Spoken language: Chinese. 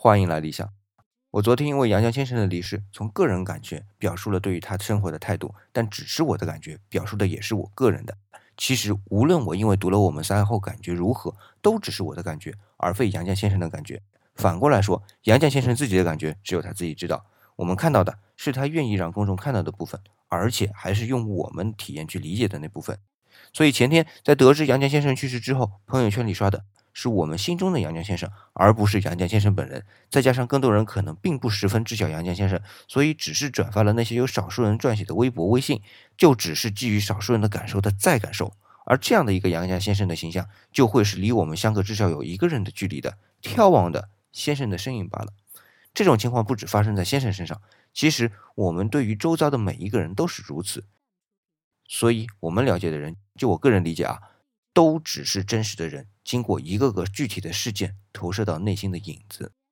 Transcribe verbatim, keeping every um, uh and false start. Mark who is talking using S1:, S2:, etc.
S1: 欢迎来理想。我昨天因为杨绛先生的离世，从个人感觉表述了对于他生活的态度，但只是我的感觉，表述的也是我个人的。其实无论我因为读了我们三爱后感觉如何，都只是我的感觉，而非杨绛先生的感觉。反过来说，杨绛先生自己的感觉只有他自己知道，我们看到的是他愿意让公众看到的部分，而且还是用我们体验去理解的那部分。所以前天在得知杨绛先生去世之后，朋友圈里刷的是我们心中的杨绛先生，而不是杨绛先生本人。再加上更多人可能并不十分知晓杨绛先生，所以只是转发了那些由少数人撰写的微博微信，就只是基于少数人的感受的再感受。而这样的一个杨绛先生的形象，就会是离我们相隔至少有一个人的距离的眺望的先生的身影罢了。这种情况不只发生在先生身上，其实我们对于周遭的每一个人都是如此。所以我们了解的人，就我个人理解啊，都只是真实的人经过一个个具体的事件投射到内心的影子。